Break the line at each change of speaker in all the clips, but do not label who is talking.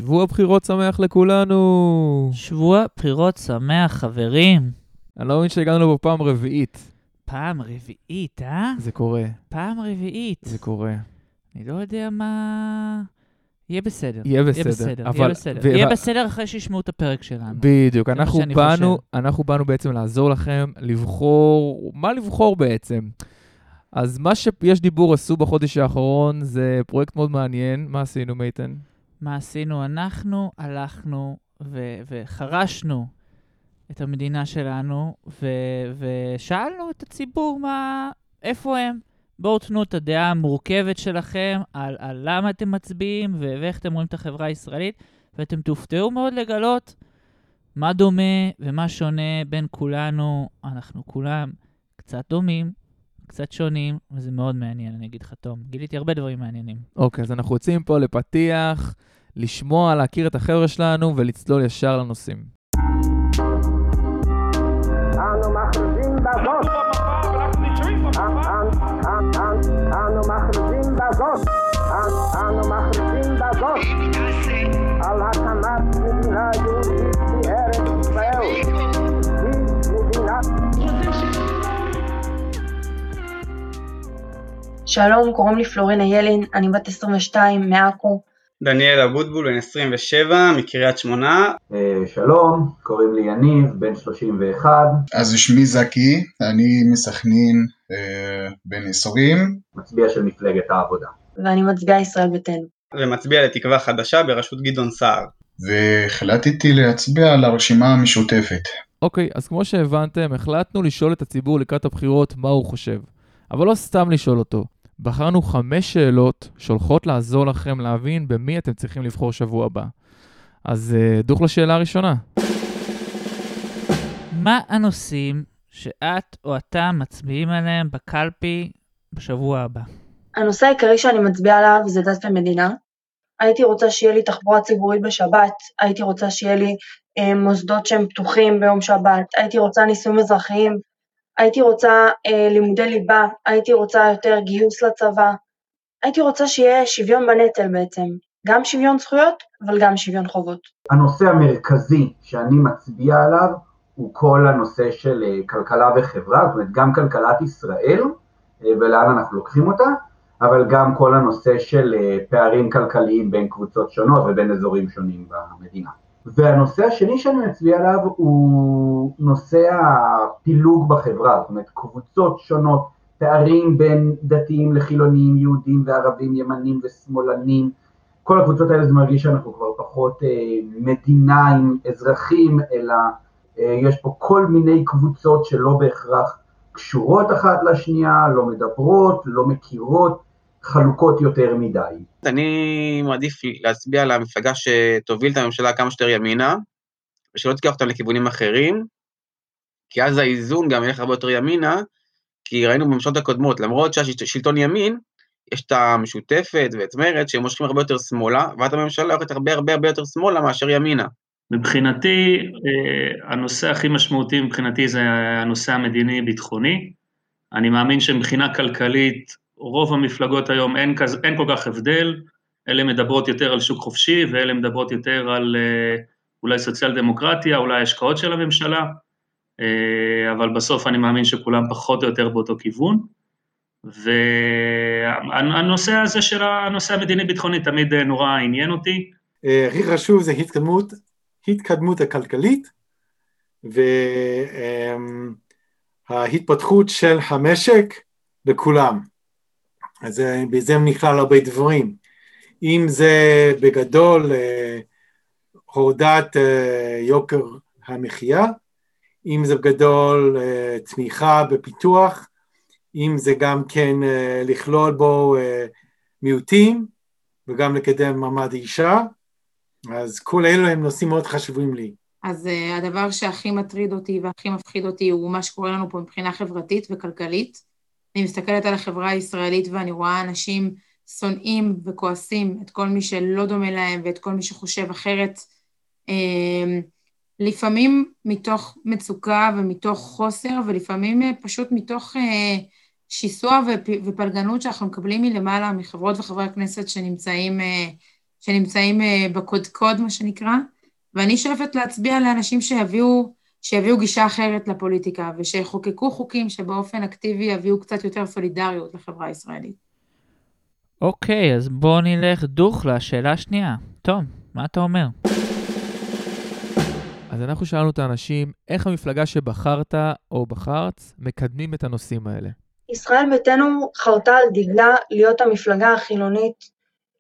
שבוע בחירות שמח לכולנו.
שבוע בחירות שמח, חברים.
אני לא מבין שהגענו לו בפעם רביעית.
פעם רביעית, אה?
זה קורה.
פעם רביעית.
זה קורה.
אני לא יודע מה... יהיה בסדר.
יהיה בסדר. אבל...
יהיה בסדר אחרי שישמעו את הפרק שלנו.
בדיוק. אנחנו באנו בעצם לעזור לכם לבחור... מה לבחור בעצם? אז מה שיש דיבור עשו בחודש האחרון זה פרויקט מאוד מעניין. מה עשינו, מייטן?
מה עשינו? אנחנו הלכנו וחרשנו את המדינה שלנו ושאלנו את הציבור איפה הם. בואו תנו את הדעה המורכבת שלכם על למה אתם מצביעים ואיך אתם רואים את החברה הישראלית, ואתם תופתעו מאוד לגלות מה דומה ומה שונה בין כולנו. אנחנו כולם קצת דומים, קצת שונים, וזה מאוד מעניין, אני אגיד לך, תום. גיליתי הרבה דברים מעניינים.
אוקיי, אז אנחנו יוצאים פה לפתיח, לשמוע, להכיר את החבר'ה שלנו ולצלול ישר לנושאים.
אנו מכריזים בזאת. אנו מכריזים בזאת. אנו מכריזים בזאת. על הקמת מדינה יהודית בארץ ישראל. היא מדינת...
שלום, קוראים לי פלורינה ילין, אני בת 22 מעכו.
דניאל אבוטבול, בן 27, מקריית שמונה.
שלום, קוראים לי יניב, בן 31.
אז שמי זקי, אני מסכנין, בן 20.
מצביע של מפלגת העבודה.
ואני מצביעה ישראל ביתנו.
ומצביע לתקווה חדשה בראשות גדעון סער.
והחלטתי להצביע על הרשימה המשותפת.
אוקיי, אז כמו שהבנתם, החלטנו לשאול את הציבור לקראת הבחירות מה הוא חושב. אבל לא סתם לשאול אותו. בחרנו 5 שאלות שהולכות לעזור לכם להבין במי אתם צריכים לבחור שבוע הבא. אז דוך לשאלה הראשונה.
מה הנושאים שאת או אתה מצביעים עליהם בקלפי בשבוע הבא?
הנושא העיקרי שאני מצביעה עליו זה דת ומדינה. הייתי רוצה שיהיה לי תחבורה ציבורית בשבת, הייתי רוצה שיהיה לי מוסדות שהם פתוחים ביום שבת, הייתי רוצה נישואים אזרחיים, הייתי רוצה לימודי ליבה, הייתי רוצה יותר גיוס לצבא, הייתי רוצה שיהיה שוויון בנטל בעצם, גם שוויון זכויות, אבל גם שוויון חובות.
הנושא המרכזי שאני מצביע עליו הוא כל הנושא של כלכלה וחברה, זאת אומרת גם כלכלת ישראל ולאן אנחנו לוקחים אותה, אבל גם כל הנושא של פערים כלכליים בין קבוצות שונות ובין אזורים שונים במדינה. והנושא השני שאני מצביע עליו הוא נושא הפילוג בחברה, זאת אומרת קבוצות שונות, פערים בין דתיים לחילונים, יהודים וערבים, ימנים ושמאלנים, כל הקבוצות האלה זה מרגיש שאנחנו כבר פחות מדינה עם אזרחים, אלא יש פה כל מיני קבוצות שלא בהכרח קשורות אחת לשנייה, לא מדברות, לא מכירות, חלוקות יותר מדי.
אני מעדיף להצביע על המפלגה שתוביל את הממשלה כמה שיותר ימינה, ושלא תיקח אותם לכיוונים אחרים, כי אז האיזון גם ילך הרבה יותר ימינה, כי ראינו בממשלות הקודמות, למרות שהשלטון ימין, יש את המשותפת ואת מרצ, שהם מושכים הרבה יותר שמאלה, ואת הממשלה הולכת הרבה יותר שמאלה מאשר ימינה.
מבחינתי, הנושא הכי משמעותי מבחינתי זה הנושא המדיני-ביטחוני. אני מאמין שמבחינה כלכלית, רוב המפלגות היום אין כל כך הבדל, אלה מדברות יותר על שוק חופשי, ואלה מדברות יותר על אולי סוציאל דמוקרטיה, אולי השקעות של הממשלה, אבל בסוף אני מאמין שכולם פחות או יותר באותו כיוון, והנושא הזה של הנושא המדיני-ביטחוני תמיד נורא עניין אותי.
הכי חשוב זה התקדמות הכלכלית, וההתפתחות של המשק לכולם. אז בזה נכלל הרבה דברים. אם זה בגדול הורדת יוקר המחיה, אם זה בגדול תמיכה בפיתוח, אם זה גם כן לכלול בו מיעוטים, וגם לקדם מעמד האישה, אז כל אלו הם נושאים מאוד חשובים לי.
אז הדבר שהכי מטריד אותי והכי מפחיד אותי הוא מה שקורה לנו פה מבחינה חברתית וכלכלית. אני מסתכלת על החברה הישראלית ואני רואה אנשים שונאים וכועסים את כל מי שלא דומה להם ואת כל מי שחושב אחרת, לפעמים מתוך מצוקה ומתוך חוסר, ולפעמים פשוט מתוך שיסוע ופלגנות שאנחנו מקבלים מלמעלה מחברות וחברי הכנסת שנמצאים שנמצאים בקודקוד, מה שנקרא, ואני שואפת להצביע לאנשים שיביאו גישה אחרת לפוליטיקה, ושיחוקקו חוקים שבאופן אקטיבי יביאו קצת יותר סולידריות לחברה הישראלית.
אוקיי, אז בואו נלך דוך לשאלה השנייה. תום, מה אתה אומר?
אז אנחנו שאלנו את האנשים, איך המפלגה שבחרת או בחרת מקדמים את הנושאים האלה?
ישראל ביתנו חרתה על דגלה להיות המפלגה החילונית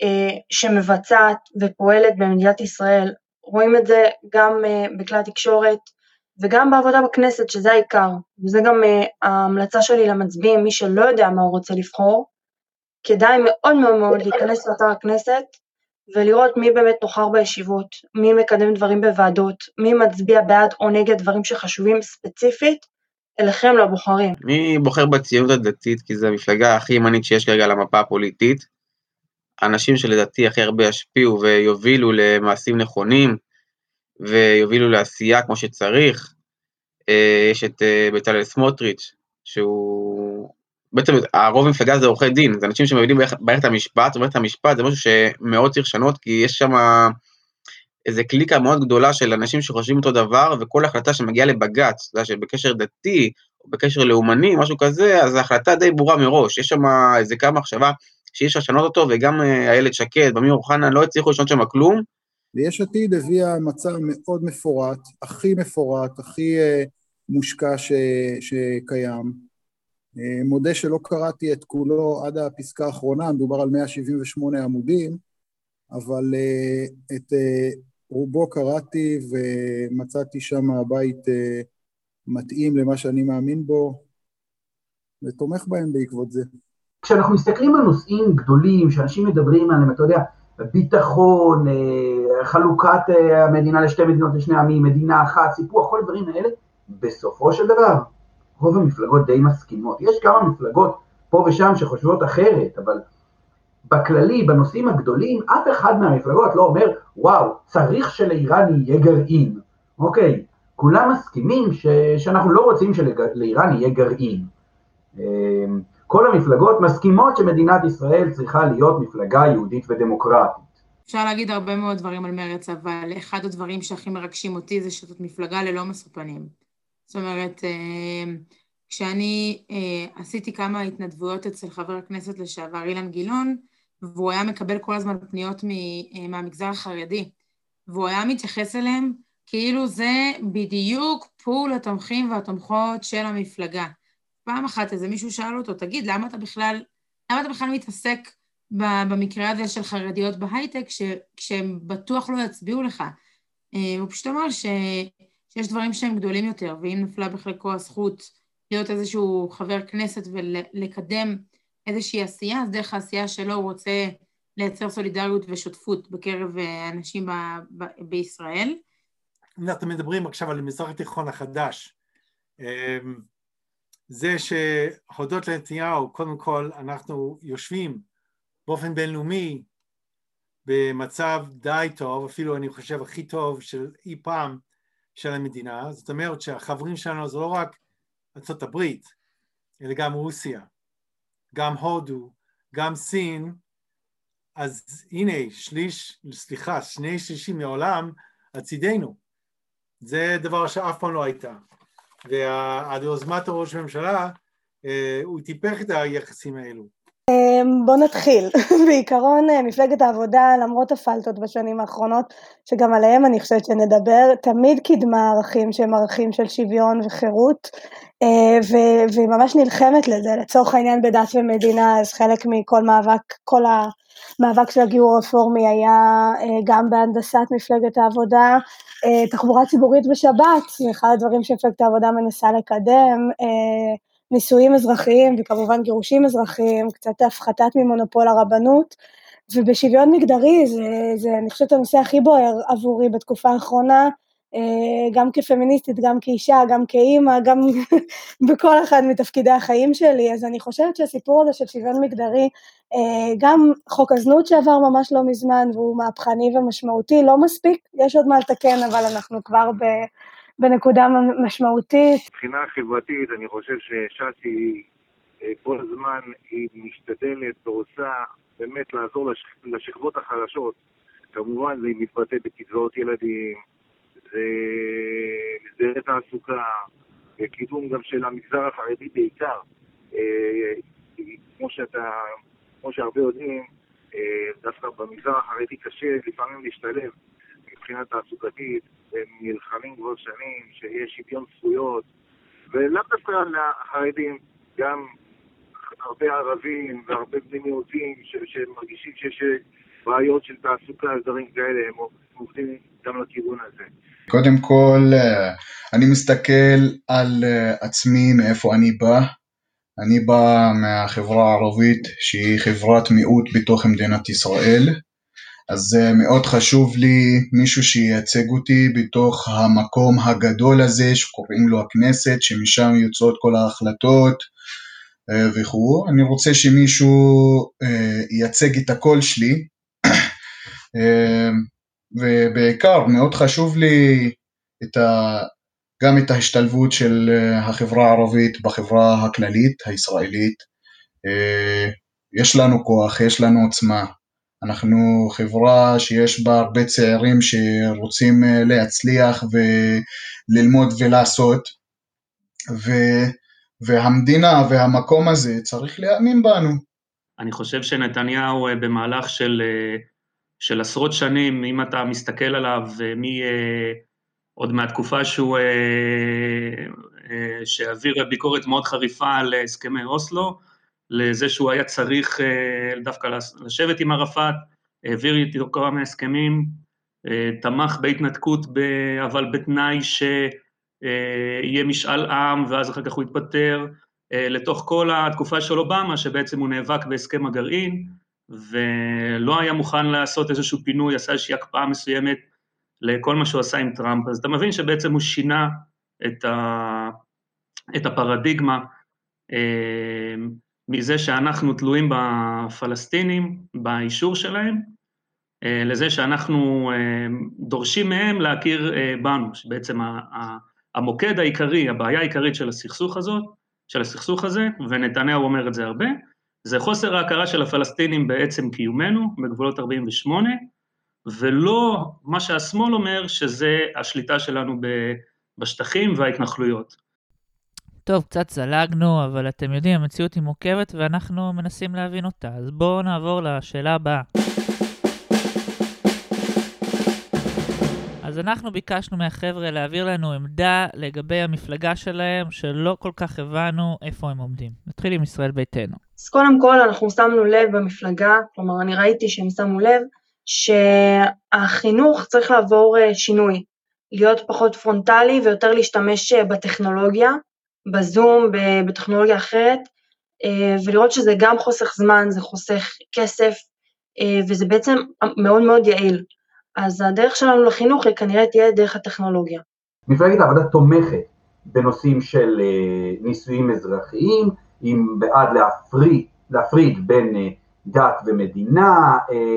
שמבצעת ופועלת במדינת ישראל. רואים את זה גם בכלי התקשורת וגם בעבודה בכנסת, שזה העיקר. וזה גם ההמלצה שלי למצביעים, מי שלא יודע מה הוא רוצה לבחור, כדאי מאוד מאוד מאוד להיכנס לאתר הכנסת ולראות מי באמת נוחר בישיבות, מי מקדם דברים בוועדות, מי מצביע בעד או נגד דברים שחשובים ספציפית אליכם לבוחרים.
מי בוחר בציונות הדתית, כי זו המפלגה הכי ימנית שיש כרגע למפה הפוליטית. האנשים שלדעתי הכי הרבה ישפיעו ויובילו למעשים נכונים, ויובילו לעשייה כמו שצריך. יש את בצלאל סמוטריץ', שהוא בעצם הרוב המפלגה זה עורכי דין, זה אנשים שמבינים בערך את המשפט, ובערך את המשפט זה משהו שמאוד צריך לשנות, כי יש שם איזה קליקה מאוד גדולה של אנשים שחושבים אותו דבר, וכל החלטה שמגיעה לבג"ץ, זה שבקשר דתי, או בקשר לאומני, משהו כזה, אז ההחלטה די ברורה מראש, יש שם איזה כמה מחשבה שיש לשנות אותו, וגם איילת שקד, אמיר אוחנה, לא הצליחו לשנות שם כלום.
ויש עתיד הביאה מצע מאוד מפורט, הכי מושקע שקיים. מודה שלא קראתי את כולו עד הפסקה האחרונה, מדובר על 178 עמודים, אבל את רובו קראתי ומצאתי שם הבית מתאים למה שאני מאמין בו, ותומך בהם בעקבות זה.
כשאנחנו מסתכלים על נושאים גדולים, שאנשים מדברים עליהם, אתה יודע, ביטחון, חלוקת המדינה לשתי מדינות לשני עמים, מדינה אחת, סיפוח, כל הדברים האלה, בסופו של דבר, רוב המפלגות די מסכימות. יש כמה מפלגות פה ושם שחושבות אחרת, אבל בכללי, בנושאים הגדולים, אף אחד מהמפלגות לא אומר, וואו, צריך שלאיראן יהיה גרעין. אוקיי, כולם מסכימים שאנחנו לא רוצים שלאיראן יהיה גרעין. כל המפלגות מסכימות שמדינת ישראל צריכה להיות מפלגה יהודית ודמוקרטית.
אפשר להגיד הרבה מאוד דברים על מרץ, אבל אחד הדברים שהכי מרגשים אותי זה שזאת מפלגה ללא מסופנים. זאת אומרת, כשאני עשיתי כמה התנדבויות אצל חבר הכנסת לשעבר אילן גילון, והוא היה מקבל כל הזמן פניות מהמגזר החרדי, והוא היה מתייחס אליהם כאילו זה בדיוק פול התומכים והתומכות של המפלגה. פעם אחת איזה מישהו שאל אותו, תגיד, למה אתה בכלל מתעסק במקרה הזה של חרדיות בהייטק, כשהם בטוח לא יצביעו לך? הוא פשוט אמר שיש דברים שהם גדולים יותר, ואם נפלה בחלקו הזכות להיות איזשהו חבר כנסת ולקדם איזושהי עשייה, אז דרך העשייה שלו הוא רוצה לייצר סולידריות ושותפות בקרב אנשים בישראל.
אנחנו מדברים עכשיו על המזרח התיכון החדש. זה שהודות לנתניהו, קודם כל אנחנו יושבים באופן בינלאומי במצב די טוב, אפילו אני חושב הכי טוב של אי פעם של המדינה. זאת אומרת שהחברים שלנו זה לא רק ארצות הברית, אלא גם רוסיה, גם הודו, גם סין. אז הנה, שני שלישים מהעולם הצידנו. זה דבר שאף פעם לא הייתה. ועד יוזמת ראש הממשלה, הוא טיפח את היחסים האלו.
בוא נתחיל. בעיקרון, מפלגת העבודה, למרות הפלטות בשנים האחרונות, שגם עליהם אני חושבת שנדבר, תמיד קידמה ערכים שהם ערכים של שוויון וחירות, והיא ממש נלחמת לזה, לצורך העניין בדת ומדינה, אז חלק מכל מאבק, כל המאבק של הגיור הרפורמי היה גם בהנדסת מפלגת העבודה, תחבורה ציבורית בשבת, זה אחד הדברים שמפלגת העבודה מנסה לקדם, נישואים אזרחיים וכמובן גירושים אזרחיים, קצת הפחתת ממונופול הרבנות, ובשוויון מגדרי זה אני חושבת הנושא הכי בוער עבורי בתקופה האחרונה, גם כפמיניסטית, גם כאישה, גם כאימא, גם בכל אחד מתפקידי החיים שלי, אז אני חושבת שהסיפור הזה של שוויון מגדרי, גם חוק הזנות שעבר ממש לא מזמן, והוא מהפכני ומשמעותי, לא מספיק, יש עוד מה לתקן, אבל אנחנו כבר בנקודה משמעותית.
מבחינה חברתית, אני חושב שש"ס היא כל הזמן היא משתדלת ועושה באמת לעזור לשכבות החלשות, כמובן זה מתבטא בקצבאות ילדים, זה מסגרת תעסוקה, וקידום גם של המגזר החרדי בעיקר. כמו שהרבה יודעים, דווקא במגזר החרדי קשה לפעמים להשתלב מבחינה תעסוקתית, הם נלחמים כבר שנים שיש שוויון זכויות, ולאו דווקא לחרדים, גם הרבה ערבים והרבה בני מיעוטים שמרגישים שיש בעיות של תעסוקה, דברים כאלה, הם עובדים גם לכיוון הזה.
קודם כל, אני מסתכל על עצמי, מאיפה אני בא. אני בא מהחברה הערבית, שהיא חברת מיעוט בתוך מדינת ישראל. אז מאוד חשוב לי מישהו שייצג אותי בתוך המקום הגדול הזה, שקוראים לו הכנסת, שמשם יוצאות כל ההחלטות וכו'. אני רוצה שמישהו ייצג את הקול שלי, ובעיקר מאוד חשוב לי גם את ההשתלבות של החברה הערבית בחברה הכללית הישראלית. יש לנו כוח, יש לנו עוצמה. אנחנו חברה שיש בה הרבה צעירים שרוצים להצליח וללמוד ולעשות, והמדינה והמקום הזה צריך להאמין בנו.
אני חושב שנתניהו במהלך של עשרות שנים, אם אתה מסתכל עליו עוד מהתקופה שהעביר ביקורת מאוד חריפה על הסכמי אוסלו, לזה שהוא היה צריך דווקא לשבת עם ערפאת, העביר איתו כמה מהסכמים, תמך בהתנתקות, אבל בתנאי שיהיה משאל עם, ואז אחר כך הוא התפטר, לתוך כל התקופה של אובמה, שבעצם הוא נאבק בהסכם הגרעין, ולא היה מוכן לעשות איזשהו פינוי, עשה איזושהי הקפאה מסוימת לכל מה שהוא עשה עם טראמפ. אז אתה מבין שבעצם הוא שינה את הפרדיגמה, מזה שאנחנו תלויים בפלסטינים, באישור שלהם, לזה שאנחנו דורשים מהם להכיר בנו, שבעצם המוקד העיקרי, הבעיה העיקרית של הסכסוך הזה, ונתניהו אומר את זה הרבה, זה חוסר ההכרה של הפלסטינים בעצם קיומנו, בגבולות 48, ולא מה שהשמאל אומר, שזה השליטה שלנו בשטחים וההתנחלויות.
טוב, קצת זלגנו, אבל אתם יודעים, המציאות היא מורכבת ואנחנו מנסים להבין אותה. אז בואו נעבור לשאלה הבאה. אז אנחנו ביקשנו מהחבר'ה להעביר לנו עמדה לגבי המפלגה שלהם, שלא כל כך הבנו איפה הם עומדים. נתחיל עם ישראל ביתנו.
אז קודם כל אנחנו שמנו לב במפלגה, כלומר אני ראיתי שהם שמו לב, שהחינוך צריך לעבור שינוי, להיות פחות פרונטלי ויותר להשתמש בטכנולוגיה, בזום, בטכנולוגיה אחרת, ולראות שזה גם חוסך זמן, זה חוסך כסף, וזה בעצם מאוד מאוד יעיל. אז הדרך שלנו לחינוך היא כנראה תהיה דרך הטכנולוגיה.
מפלגת העבודה תומכת בנושאים של נישואים אזרחיים, עם בעד להפריד בין דת ומדינה,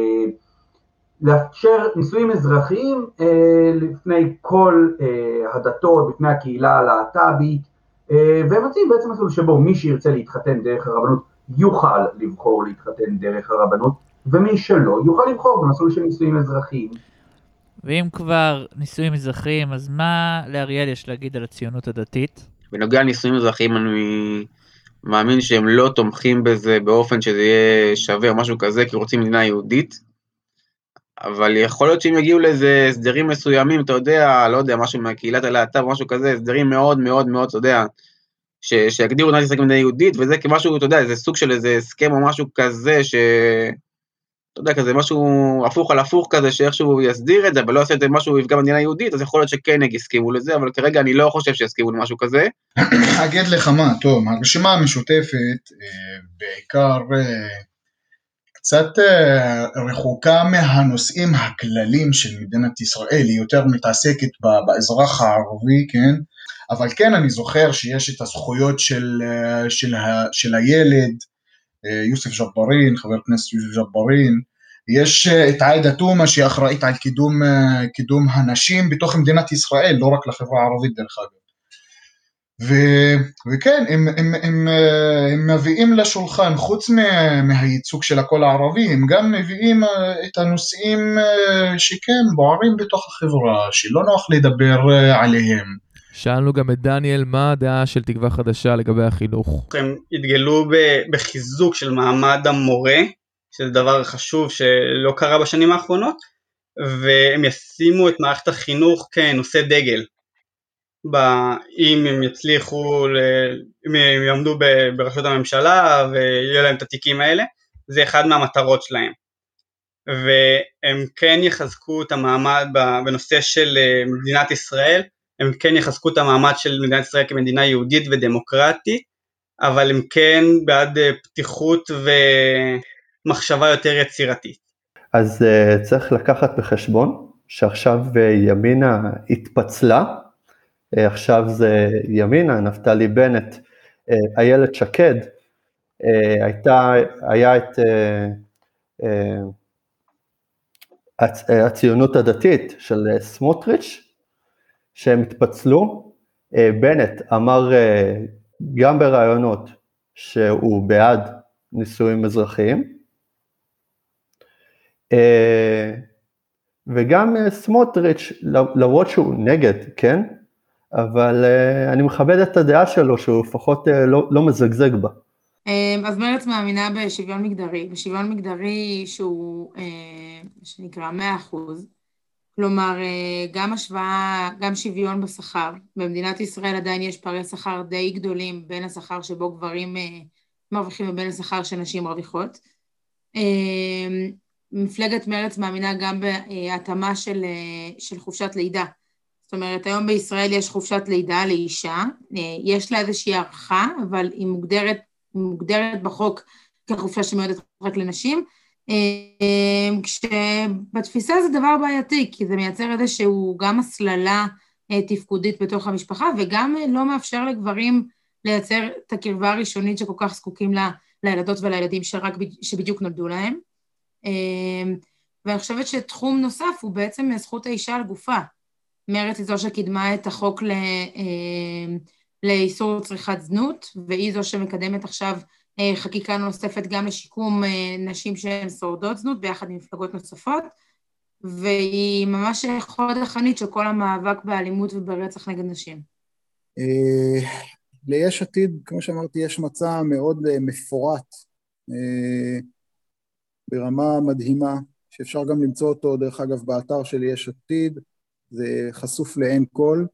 לאפשר נישואים אזרחיים לפני כל הדתות, בפני הקהילה הלהט"בית, והם מציעים בעצם מסלול שבו מי שירצה להתחתן דרך הרבנות יוכל לבחור להתחתן דרך הרבנות, ומי שלא יוכל לבחור במסלול של נישואים אזרחיים.
ואם כבר נישואים אזרחיים, אז מה לאריאל יש להגיד על הציונות הדתית?
בנוגע לנישואים אזרחיים אני מאמין שהם לא תומכים בזה באופן שזה יהיה שווה או משהו כזה, כי רוצים מדינה יהודית, אבל יכול להיות שהם יגיעו לאיזה הסדרים מסוימים, אתה יודע, לא יודע, משהו מהקהילת הלהט"ב, משהו כזה, הסדרים מאוד מאוד מאוד, אתה יודע, שיגדירו את ישראל כמדינה יהודית, וזה כמשהו, אתה יודע, זה סוג של איזה הסכם או משהו כזה, אתה יודע, כזה משהו הפוך על הפוך כזה, שאיכשהו יסדיר את זה, אבל לא יעשה את זה משהו יפגע במדינה יהודית, אז יכול להיות שכן יסכימו לזה, אבל כרגע אני לא חושב שיסכימו למשהו כזה.
אגיד לך מה, טוב, הרשימה המשותפת, בעיקר קצת רחוקה מהנושאים הכללים של מדינת ישראל, היא יותר מתעסקת באזרח הערבי, כן? אבל כן, אני זוכר שיש את הזכויות של הילד, יוסף ג'בארין, חבר הכנסת יוסף ג'בארין, יש את עאידה תומא שהיא אחראית על קידום הנשים בתוך מדינת ישראל, לא רק לחברה הערבית דרך אגב. וכן, הם מביאים לשולחן, חוץ מהייצוג של הקול הערבי, הם גם מביאים את הנושאים שכן בוערים בתוך החברה, שלא נוח לדבר עליהם.
שאלנו גם את דניאל מה הדעה של תקווה חדשה לגבי החינוך.
הם התגלו בחיזוק של מעמד המורה, שזה דבר חשוב שלא קרה בשנים האחרונות, והם ישימו את מערכת החינוך כנושא דגל. אם הם יצליחו, אם הם יעמדו ברשות הממשלה ויהיה להם את התיקים האלה, זה אחד מהמטרות שלהם. והם כן יחזקו את המעמד בנושא של מדינת ישראל, הם כן יחזקו את המעמד של מדינת ישראל כמדינה יהודית ודמוקרטית, אבל הם כן בעד פתיחות ומחשבה יותר יצירתית.
אז צריך לקחת בחשבון שעכשיו ימינה התפצלה, עכשיו זה ימינה, נפתלי בנט, איילת שקד, היה את הציונות הדתית של סמוטריץ', שהם התפצלו. בנט אמר גם ברעיונות שהוא בעד נישואים אזרחיים, וגם סמוטריץ' למרות שהוא נגד, כן? אבל אני מכבד את הדעה שלו שהוא לפחות לא מזגזג בה.
אז מרץ מאמינה בשוויון מגדרי, בשוויון מגדרי שהוא שנקרא 100%, כלומר גם השוואה, גם שוויון בשכר. במדינת ישראל עדיין יש פערי שכר די גדולים בין השכר שבו גברים מרוויחים ובין השכר שנשים מרוויחות. מפלגת מרץ מאמינה גם בהתאמה של חופשת לידה. זאת אומרת, היום בישראל יש חופשת לידה לאישה, יש לה איזושהי הערכה, אבל היא מוגדרת בחוק כחופשה שמיועדת רק לנשים, כשבתפיסה זה דבר בעייתי, כי זה מייצר איזשהו גם הסללה תפקודית בתוך המשפחה, וגם לא מאפשר לגברים לייצר את הקרבה הראשונית שכל כך זקוקים לילדות ולילדים שבדיוק נולדו להם. ואני חושבת שתחום נוסף הוא בעצם זכות האישה על גופה. מרץ היא זו שקידמה את החוק לאיסור צריכת זנות, והיא זו שמקדמת עכשיו חקיקה נוספת גם לשיקום נשים שהן שורדות זנות, ביחד עם מפלגות נוספות, והיא ממש חוד החנית של כל המאבק באלימות וברצח נגד נשים.
ליש עתיד, כמו שאמרתי, יש מצע מאוד מפורט, ברמה מדהימה, שאפשר גם למצוא אותו, דרך אגב, באתר של יש עתיד, זה חשוף לעין כל,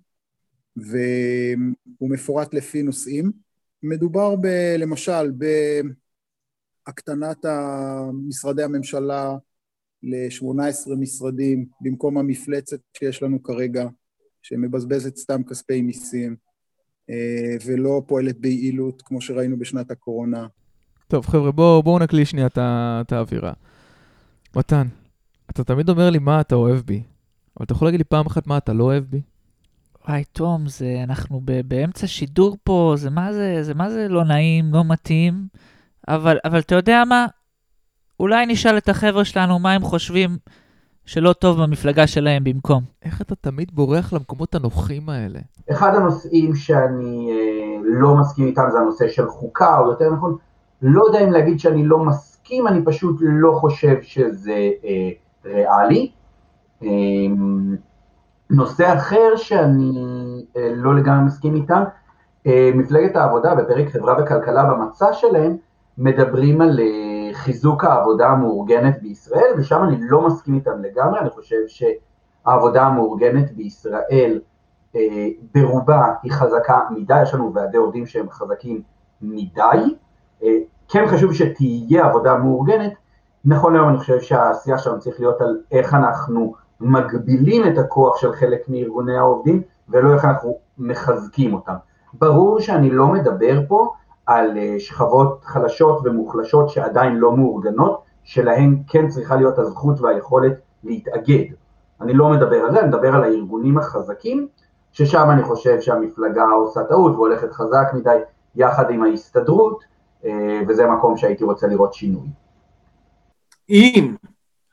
והוא מפורט לפי נושאים. מדובר למשל בהקטנת משרדי הממשלה ל-18 משרדים, במקום המפלצת שיש לנו כרגע, שמבזבזת סתם כספי מיסים, ולא פועלת ביעילות, כמו שראינו בשנת הקורונה.
טוב, חבר'ה, בואו נקליל שנייה את האווירה. מתן, אתה תמיד אומר לי מה אתה אוהב בי, אבל אתה יכול להגיד לי פעם אחת מה אתה לא אוהב בי?
וואי, תום, אנחנו באמצע שידור פה, זה מה זה לא נעים, לא מתאים, אבל אתה יודע מה? אולי נשאל את החבר'ה שלנו מה הם חושבים שלא טוב במפלגה שלהם במקום.
איך אתה תמיד בורח למקומות הנוחים האלה?
אחד הנושאים שאני לא מסכים איתם זה הנושא של חוקה, או יותר נכון, לא יודע אם להגיד שאני לא מסכים, אני פשוט לא חושב שזה ריאלי. נושא אחר שאני לא לגמרי מסכים איתם, מפלגת העבודה בפרק חברה וכלכלה במצע שלהם, מדברים על חיזוק העבודה המאורגנת בישראל, ושם אני לא מסכים איתם לגמרי. אני חושב שהעבודה המאורגנת בישראל ברובה היא חזקה מדי, יש לנו ועדי עובדים שהם חזקים מדי, כן חשוב שתהיה עבודה מאורגנת. נכון היום אני חושב שהעשייה שלנו צריך להיות על איך אנחנו מגבילים את הכוח של חלק מארגוני העובדים, ולא איך אנחנו מחזקים אותם. ברור שאני לא מדבר פה על שכבות חלשות ומוחלשות שעדיין לא מאורגנות, שלהן כן צריכה להיות הזכות והיכולת להתאגד. אני לא מדבר על זה, אני מדבר על הארגונים החזקים, ששם אני חושב שהמפלגה עושה טעות והולכת חזק מדי יחד עם ההסתדרות, וזה מקום שהייתי רוצה לראות שינוי.
אם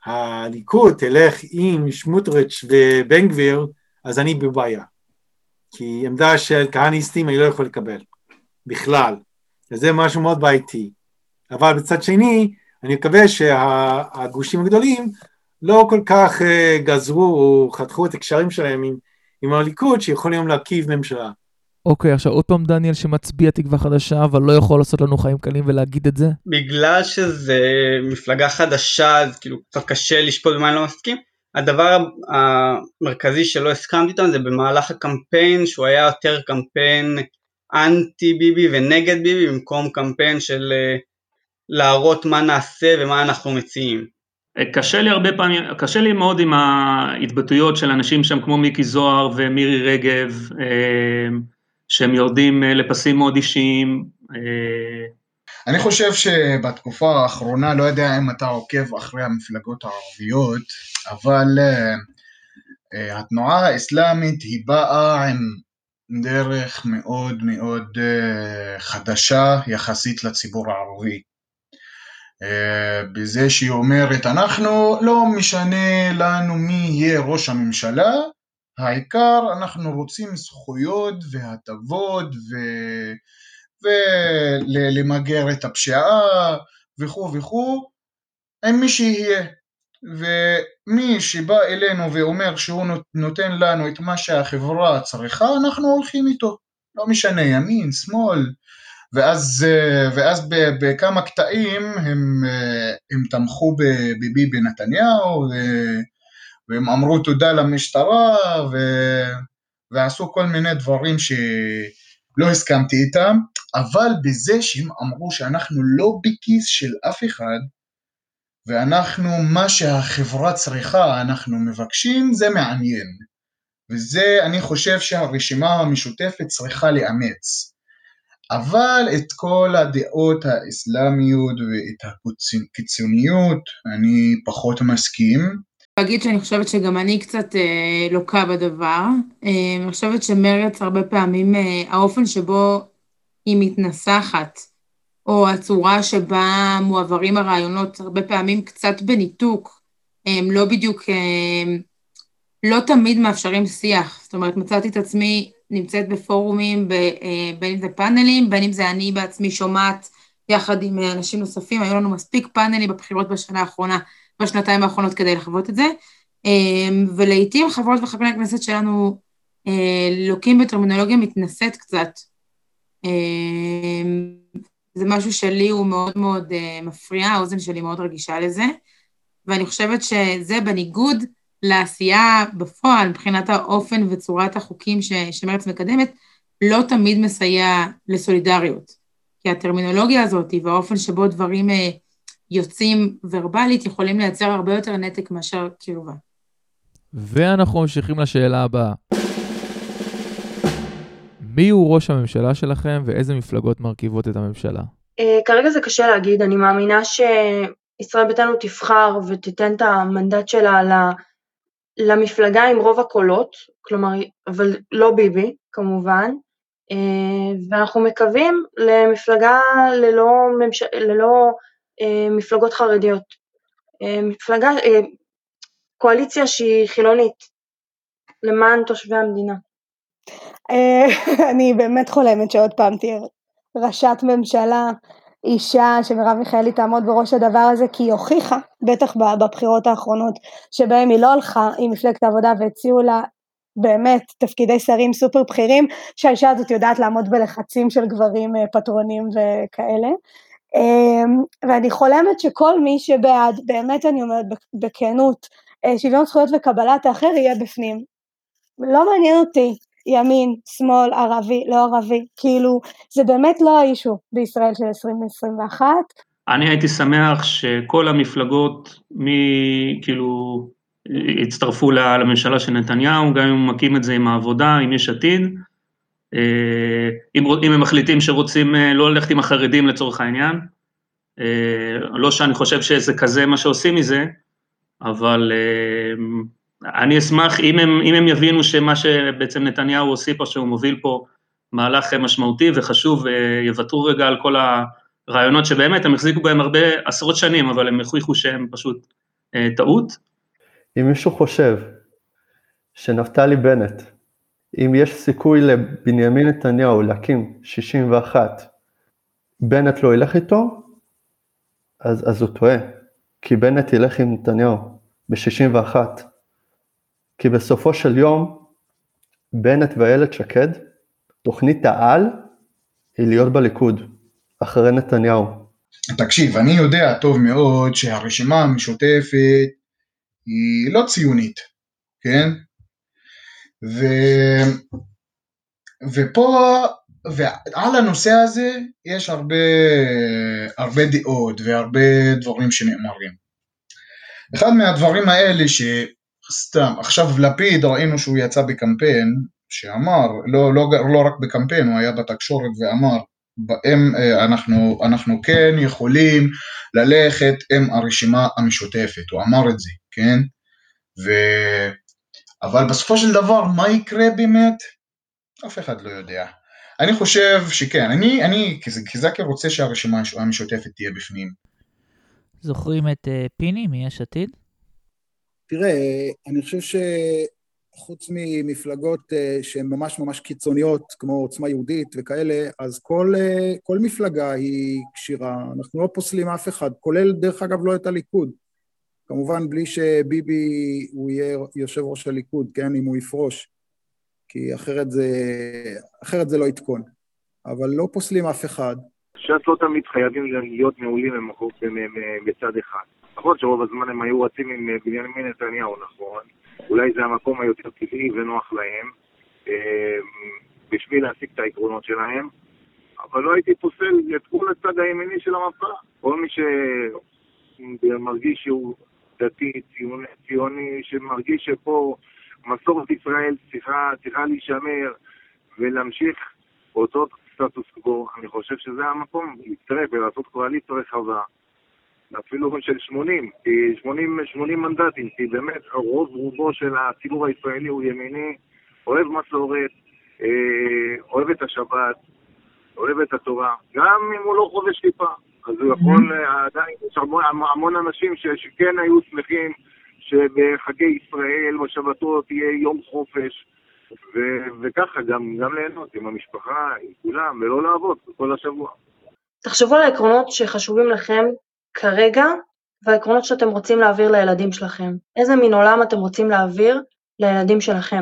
הליכוד תלך עם שמוטריץ' ובן גביר, אז אני בבעיה. כי עמדה של כהניסטים אני לא יכול לקבל, בכלל. וזה משהו מאוד בעייתי. אבל בצד שני, אני מקווה שהגושים הגדולים לא כל כך גזרו או חתכו את הקשרים שלהם עם הליכוד, שיכולים להרכיב ממשלה.
אוקיי, עכשיו עוד פעם דניאל שמצביע תקווה חדשה, אבל לא יכול לעשות לנו חיים קלים ולהגיד את זה?
בגלל שזה מפלגה חדשה, אז כאילו קצת קשה לשפוט במה אני לא מסכים. הדבר המרכזי שלא הסכמתי איתם זה במהלך הקמפיין, שהוא היה יותר קמפיין אנטי ביבי ונגד ביבי, במקום קמפיין של להראות מה נעשה ומה אנחנו מציעים.
קשה לי מאוד עם ההתבטאויות של אנשים שם כמו מיקי זוהר ומירי רגב, שהם יורדים לפסים מאוד אישיים.
אני חושב שבתקופה האחרונה, לא יודע אם אתה עוקב אחרי המפלגות הערביות, אבל התנועה האסלאמית היא באה עם דרך מאוד מאוד חדשה יחסית לציבור הערבי. בזה שהיא אומרת, אנחנו לא משנה לנו מי יהיה ראש הממשלה, העיקר אנחנו רוצים זכויות והטבות ולמגר את הפשיעה וכו' וכו', עם מי שיהיה. ומי שבא אלינו ואומר שהוא נותן לנו את מה שהחברה צריכה, אנחנו הולכים איתו, לא משנה ימין, שמאל. ואז בכמה קטעים הם תמכו בביבי נתניהו, והם אמרו תודה למשטרה, ועשו כל מיני דברים שלא הסכמתי איתם, אבל בזה שהם אמרו שאנחנו לא בכיס של אף אחד, ואנחנו מה שהחברה צריכה אנחנו מבקשים, זה מעניין. וזה אני חושב שהרשימה המשותפת צריכה לאמץ. אבל את כל הדעות האסלאמיות ואת הקיצוניות אני פחות מסכים.
אגיד שאני חושבת שגם אני קצת לוקה בדבר. אני חושבת שמרץ הרבה פעמים האופן שבו היא מתנסחת, או הצורה שבה מועברים הרעיונות הרבה פעמים קצת בניתוק, לא בדיוק, לא תמיד מאפשרים שיח. זאת אומרת, מצאתי את עצמי נמצאת בפורומים, בין אם זה פאנלים, בין אם זה אני בעצמי שומעת יחד עם אנשים נוספים. היו לנו מספיק פאנלים בבחירות בשנתיים האחרונות כדי לחוות את זה, ולעיתים חברות וחברי הכנסת שלנו לוקים בטרמינולוגיה מתנשאת קצת. זה משהו שלי הוא מאוד מאוד מפריע, האוזן שלי מאוד רגישה לזה, ואני חושבת שזה בניגוד לעשייה בפועל, מבחינת האופן וצורת החוקים שמרץ מקדמת, לא תמיד מסייע לסולידריות. כי הטרמינולוגיה הזאת והאופן שבו דברים יוצאים ורבלית, יכולים לייצר הרבה יותר נתק מאשר קרבה.
ואנחנו ממשיכים לשאלה הבאה. מי הוא ראש הממשלה שלכם ואיזה מפלגות מרכיבות את הממשלה?
כרגע זה קשה להגיד, אני מאמינה שישראל ביתנו תבחר ותיתן את המנדט שלה למפלגה עם רוב הקולות, כלומר, אבל לא ביבי, כמובן, ואנחנו מקווים למפלגה ללא מפלגות חרדיות, קואליציה שהיא חילונית, למען תושבי המדינה.
אני באמת חולמת שעוד פעם תהיה ראשת ממשלה, אישה שמרב מיכאלי תעמוד בראש הדבר הזה, כי היא הוכיחה, בטח בבחירות האחרונות, שבהם היא לא הלכה עם מפלגת העבודה והציעו לה באמת תפקידי שרים סופר בכירים, שהאישה הזאת יודעת לעמוד בלחצים של גברים פטרונים וכאלה. ואני חולמת שכל מי שבעד, באמת אני אומרת בכנות, שוויון זכויות וקבלת האחר יהיה בפנים. לא מעניין אותי ימין, שמאל, ערבי, לא ערבי, כאילו זה באמת לא האישו בישראל של 2021.
אני הייתי שמח שכל המפלגות כאילו הצטרפו לממשלה של נתניהו, גם אם הוא מקים את זה עם העבודה, עם יש עתיד, אם הם מחליטים שרוצים לא ללכת עם החרדים לצורך העניין, לא שאני חושב שזה כזה מה שעושים מזה, אבל אני אשמח אם הם יבינו שמה שבעצם נתניהו הוסיף פה, שהוא מוביל פה מהלך משמעותי וחשוב, ויוותרו רגע על כל הרעיונות שבאמת הם החזיקו בהם הרבה עשרות שנים, אבל הם הוכיחו שהם פשוט טעות.
אם מישהו חושב שנפתלי בנט אם יש סיכוי לבנימין נתניהו להקים 61, בנט לא ילך איתו, אז הוא טועה. כי בנט ילך עם נתניהו ב-61. כי בסופו של יום, בנט ואיילת שקד, תוכנית העל היא להיות בליכוד, אחרי נתניהו.
תקשיב, אני יודע טוב מאוד שהרשימה המשותפת היא לא ציונית, כן? ופה, ועל הנושא הזה יש הרבה דעות והרבה דברים שנאמרים. אחד מהדברים האלה שסתם, עכשיו לפיד ראינו שהוא יצא בקמפיין, שאמר, לא רק בקמפיין, הוא היה בתקשורת ואמר, אנחנו כן יכולים ללכת עם הרשימה המשותפת, הוא אמר את זה, כן? אבל בסופו של דבר, מה יקרה באמת? אף אחד לא יודע. אני חושב שכן, אני כזקר רוצה שהרשימה המשותפת תהיה בפנים.
זוכרים את פיני מיש עתיד?
תראה, אני חושב שחוץ ממפלגות שהן ממש ממש קיצוניות, כמו עוצמה יהודית וכאלה, אז כל מפלגה היא קשירה, אנחנו לא פוסלים אף אחד, כולל דרך אגב לא את הליכוד. כמובן בלי שביבי הוא יהיה יושב ראש הליכוד, כן, אם הוא יפרוש, כי אחרת זה לא יתקון. אבל לא פוסלים אף אחד.
ש"ס לא תמיד חייבים להיות מעולים בצד אחד. נכון שרוב הזמן הם היו רצים עם בנימין נתניהו, נכון? אולי זה המקום היותר טבעי ונוח להם, בשביל להשיג את העקרונות שלהם, אבל לא הייתי פוסל את כל הצד הימני של המפה. כל מי שמרגיש שהוא דתי, ציוני, שמרגיש שפה מסורת ישראל צריכה להישמר ולהמשיך אותו סטטוס קוו, אני חושב שזה המקום להצטרף ולעשות קואליציה רחבה, אפילו של 80 מנדטים, כי באמת רובו של הציבור הישראלי הוא ימיני, אוהב מסורת, אוהב את השבת, אוהב את התורה, גם אם הוא לא חובש כיפה, אז הוא יכול עדיין, יש המון אנשים שכן היו שמחים שבחגי ישראל, בשבתות, יהיה יום חופש, וככה גם ליהנות עם המשפחה, עם כולם, ולא לעבוד כל השבוע.
תחשבו על העקרונות שחשובים לכם כרגע, והעקרונות שאתם רוצים להעביר לילדים שלכם. איזה מין עולם אתם רוצים להעביר לילדים שלכם?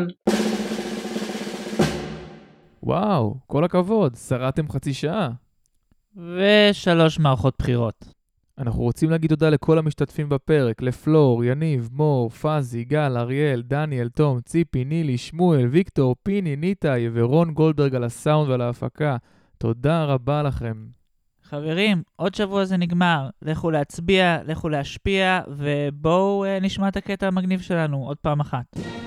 וואו, כל הכבוד, שרדתם חצי שעה.
ו3 מערכות בחירות.
אנחנו רוצים להגיד תודה לכל המשתתפים בפרק, לפלור, יניב, מור, פזי, גל, אריאל, דניאל, תום, ציפי, נילי, שמואל, ויקטור, פיני, ניטאי ורון גולדברג על הסאונד ועל ההפקה. תודה רבה לכם.
חברים, עוד שבוע זה נגמר. לכו להצביע, לכו להשפיע, ובואו נשמע את הקטע המגניב שלנו עוד פעם אחת.